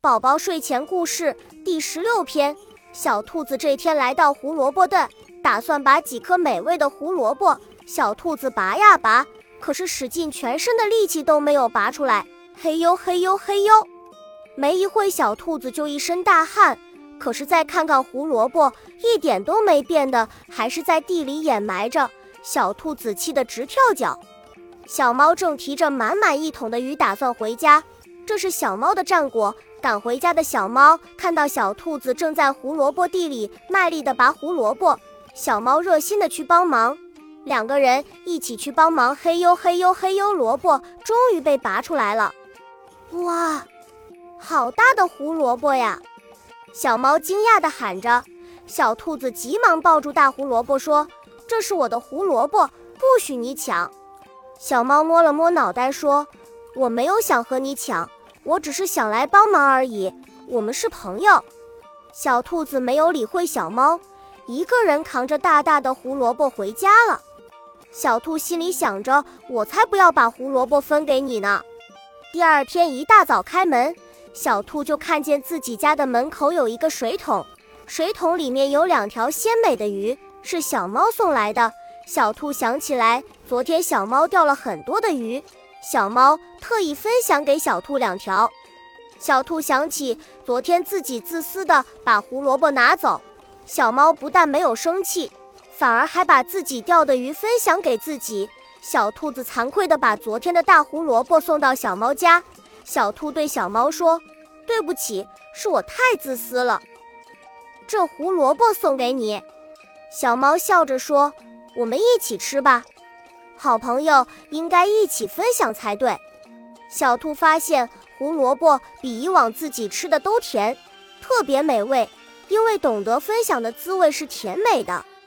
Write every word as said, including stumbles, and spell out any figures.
宝宝睡前故事第十六篇。小兔子这天来到胡萝卜地，打算拔几颗美味的胡萝卜。小兔子拔呀拔，可是使尽全身的力气都没有拔出来。嘿呦嘿呦嘿呦，没一会小兔子就一身大汗。可是再看看胡萝卜，一点都没变的，还是在地里掩埋着。小兔子气得直跳脚。小猫正提着满满一桶的鱼打算回家，这是小猫的战果。赶回家的小猫看到小兔子正在胡萝卜地里卖力地拔胡萝卜，小猫热心地去帮忙，两个人一起去帮忙。嘿呦嘿呦嘿呦，萝卜终于被拔出来了。哇，好大的胡萝卜呀！小猫惊讶地喊着。小兔子急忙抱住大胡萝卜说，这是我的胡萝卜，不许你抢。小猫摸了摸脑袋说，我没有想和你抢，我只是想来帮忙而已，我们是朋友。小兔子没有理会小猫，一个人扛着大大的胡萝卜回家了。小兔心里想着，我才不要把胡萝卜分给你呢。第二天一大早开门，小兔就看见自己家的门口有一个水桶，水桶里面有两条鲜美的鱼，是小猫送来的。小兔想起来，昨天小猫钓了很多的鱼，小猫特意分享给小兔两条。小兔想起昨天自己自私地把胡萝卜拿走，小猫不但没有生气，反而还把自己钓的鱼分享给自己。小兔子惭愧地把昨天的大胡萝卜送到小猫家。小兔对小猫说，对不起，是我太自私了，这胡萝卜送给你。小猫笑着说，我们一起吃吧，好朋友应该一起分享才对。小兔发现胡萝卜比以往自己吃的都甜，特别美味，因为懂得分享的滋味是甜美的。